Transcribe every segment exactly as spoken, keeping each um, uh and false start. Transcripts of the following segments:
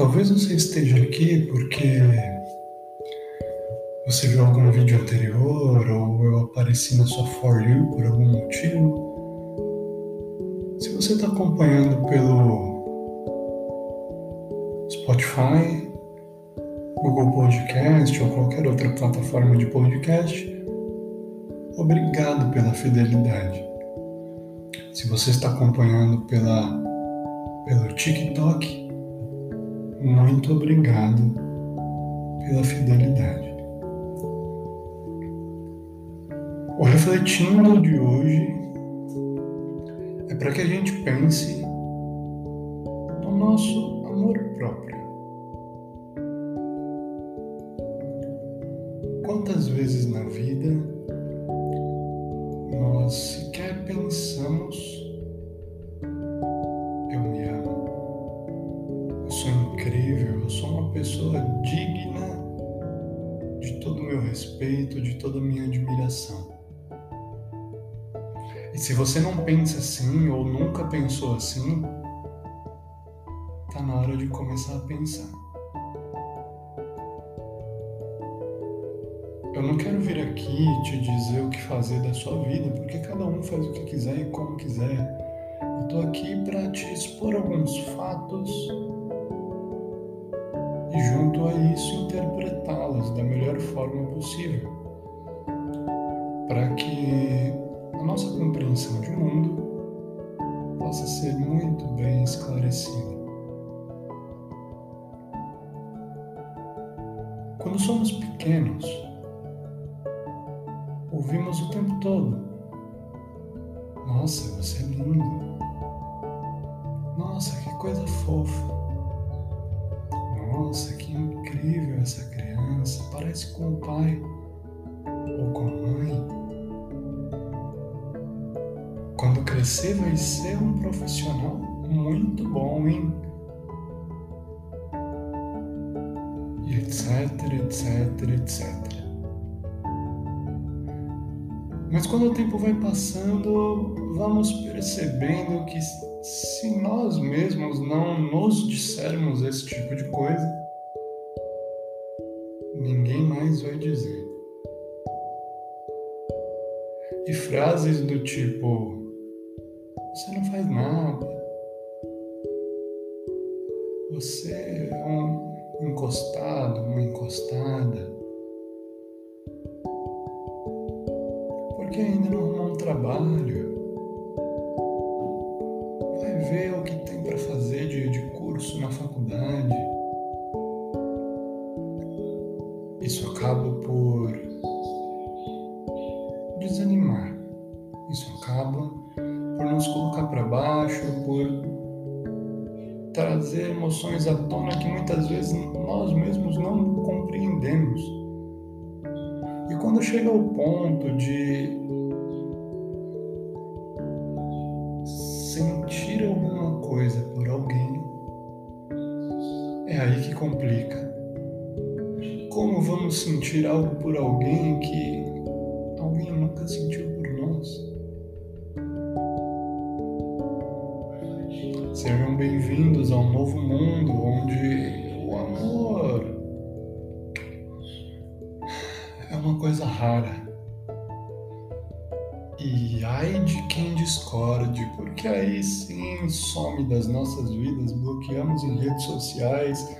Talvez você esteja aqui porque você viu algum vídeo anterior ou eu apareci na sua For You por algum motivo. Se você está acompanhando pelo Spotify, Google Podcast ou qualquer outra plataforma de podcast, obrigado pela fidelidade. Se você está acompanhando pela, pelo TikTok, muito obrigado pela fidelidade. O Refletindo de hoje é para que a gente pense no nosso amor próprio. Quantas vezes na vida nós sequer pensamos: eu me amo, eu sou incrível, eu sou uma pessoa digna de todo o meu respeito, de toda a minha admiração. E se você não pensa assim ou nunca pensou assim, tá na hora de começar a pensar. Eu não quero vir aqui te dizer o que fazer da sua vida, porque cada um faz o que quiser e como quiser. Eu tô aqui para te expor alguns fatos e, junto a isso, interpretá-los da melhor forma possível, para que a nossa compreensão de mundo possa ser muito bem esclarecida. Quando somos pequenos, ouvimos o tempo todo: nossa, você é lindo. Nossa, que coisa fofa. Nossa, que incrível essa criança. Parece com o pai ou com a mãe. Quando crescer vai ser um profissional muito bom, hein? E etc, etc, etcétera. Mas quando o tempo vai passando, vamos percebendo que se nós mesmos não nos dissermos esse tipo de coisa, ninguém mais vai dizer. E frases do tipo: você não faz nada, você é um encostado, uma encostada, porque ainda não arrumou um trabalho, vai ver o que tem para fazer de, de curso na faculdade. Isso acaba por desanimar, isso acaba por nos colocar para baixo, por trazer emoções à tona que muitas vezes nós mesmos não compreendemos. E quando chega ao ponto de sentir alguma coisa por alguém, é aí que complica. Como vamos sentir algo por alguém que alguém nunca sentiu por nós? Sejam bem-vindos a um novo mundo onde o amor é uma coisa rara. E ai de quem discorde, porque aí sim some das nossas vidas, bloqueamos em redes sociais,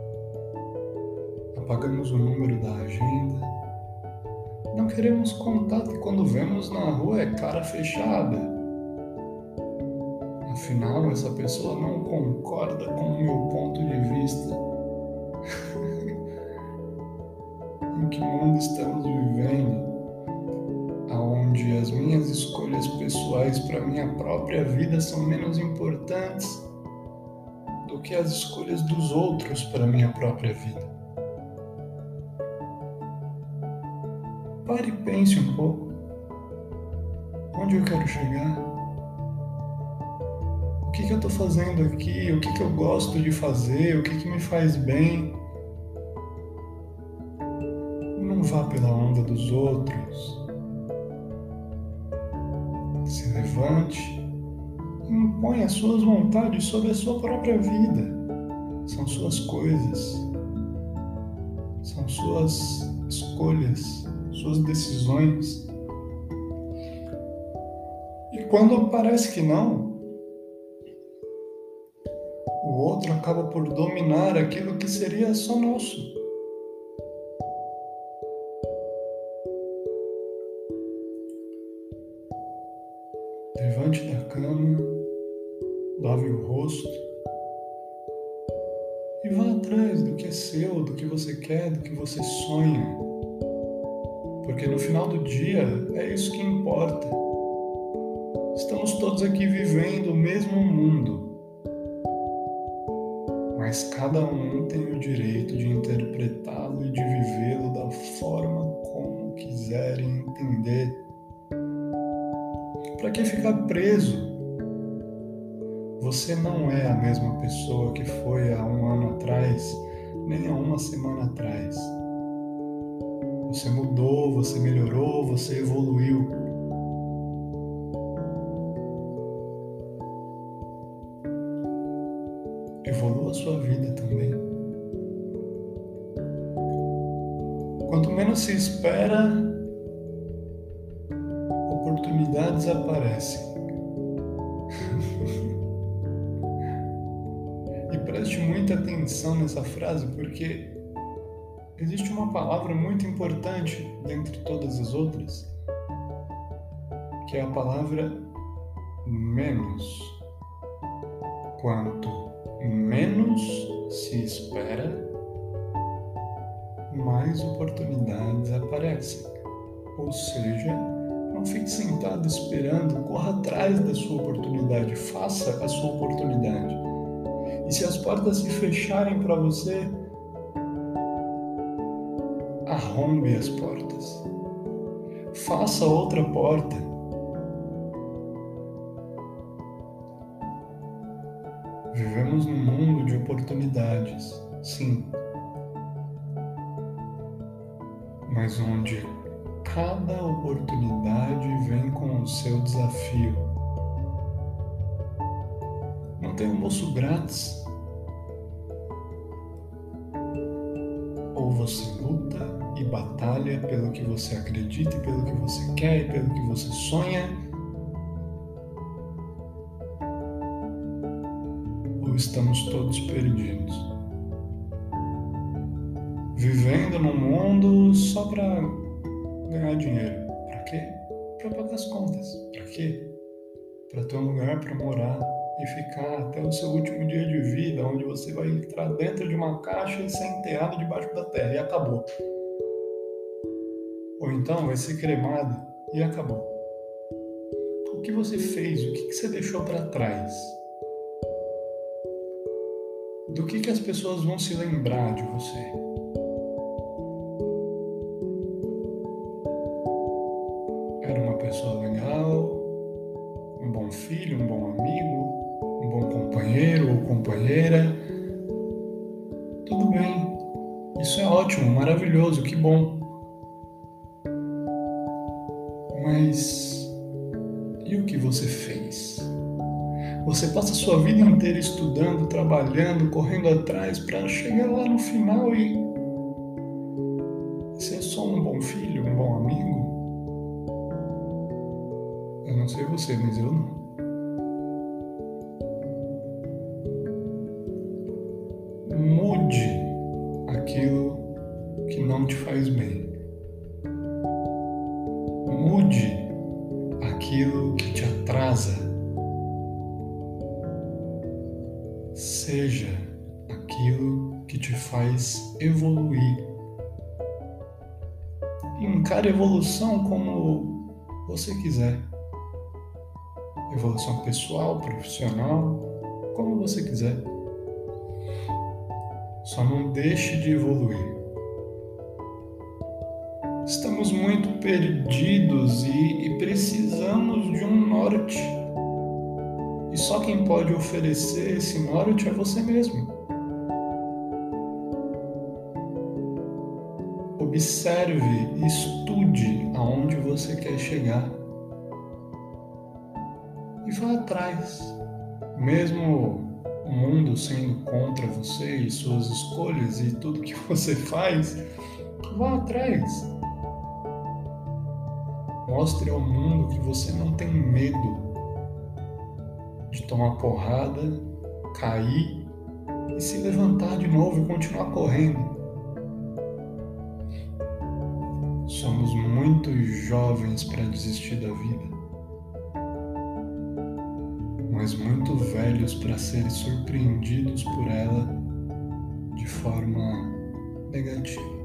apagamos o número da agenda, não queremos contato e quando vemos na rua é cara fechada. Afinal, essa pessoa não concorda com o meu ponto de vista. Em que mundo estamos vivendo? Onde as minhas escolhas pessoais para minha própria vida são menos importantes do que as escolhas dos outros para minha própria vida. Pare e pense um pouco. Onde eu quero chegar? O que, que eu estou fazendo aqui? O que, que eu gosto de fazer? O que, que me faz bem? Não vá pela onda dos outros. Se levante e impõe as suas vontades sobre a sua própria vida. São suas coisas, são suas escolhas, suas decisões. E quando parece que não, o outro acaba por dominar aquilo que seria só nosso. Levante da cama, lave o rosto e vá atrás do que é seu, do que você quer, do que você sonha. Porque no final do dia é isso que importa. Estamos todos aqui vivendo o mesmo mundo, mas cada um tem o direito de interpretá-lo e de vivê-lo da forma como quiser e entender. Para que ficar preso? Você não é a mesma pessoa que foi há um ano atrás, nem há uma semana atrás. Você mudou, você melhorou, você evoluiu. Evolua a sua vida também. Quanto menos se espera, oportunidades aparecem. E preste muita atenção nessa frase, porque existe uma palavra muito importante dentre todas as outras, que é a palavra menos. Quanto menos se espera, mais oportunidades aparecem. Ou seja, não fique sentado esperando, corra atrás da sua oportunidade, faça a sua oportunidade. E se as portas se fecharem para você, arrombe as portas. Faça outra porta. Vivemos num mundo de oportunidades, sim. Mas onde cada oportunidade vem com o seu desafio. Não tem almoço grátis. Ou você luta e batalha pelo que você acredita, e pelo que você quer, e pelo que você sonha, ou estamos todos perdidos, vivendo num mundo só para ganhar dinheiro. Para quê? Para pagar as contas. Para quê? Para ter um lugar para morar e ficar até o seu último dia de vida, onde você vai entrar dentro de uma caixa e ser enterrado debaixo da terra, e acabou. Ou então vai ser cremado e acabou. O que você fez? O que você deixou para trás? Do que, que as pessoas vão se lembrar de você? Era uma pessoa legal, um bom filho, um bom amigo, um bom companheiro ou companheira. Tudo bem, isso é ótimo, maravilhoso, que bom. Mas e o que você fez? Você passa a sua vida inteira estudando, trabalhando, correndo atrás para chegar lá no final e ser só um bom filho, um bom amigo? Eu não sei você, mas eu não. Mude aquilo que não te faz bem. Mude aquilo que te atrasa. Seja aquilo que te faz evoluir. E encare a evolução como você quiser. Evolução pessoal, profissional, como você quiser. Só não deixe de evoluir. Estamos muito perdidos e, e precisamos de um norte. E só quem pode oferecer esse norte é você mesmo. Observe e estude aonde você quer chegar. E vá atrás. Mesmo o mundo sendo contra você e suas escolhas e tudo que você faz, vá atrás. Mostre ao mundo que você não tem medo de tomar porrada, cair e se levantar de novo e continuar correndo. Somos muito jovens para desistir da vida, mas muito velhos para serem surpreendidos por ela de forma negativa.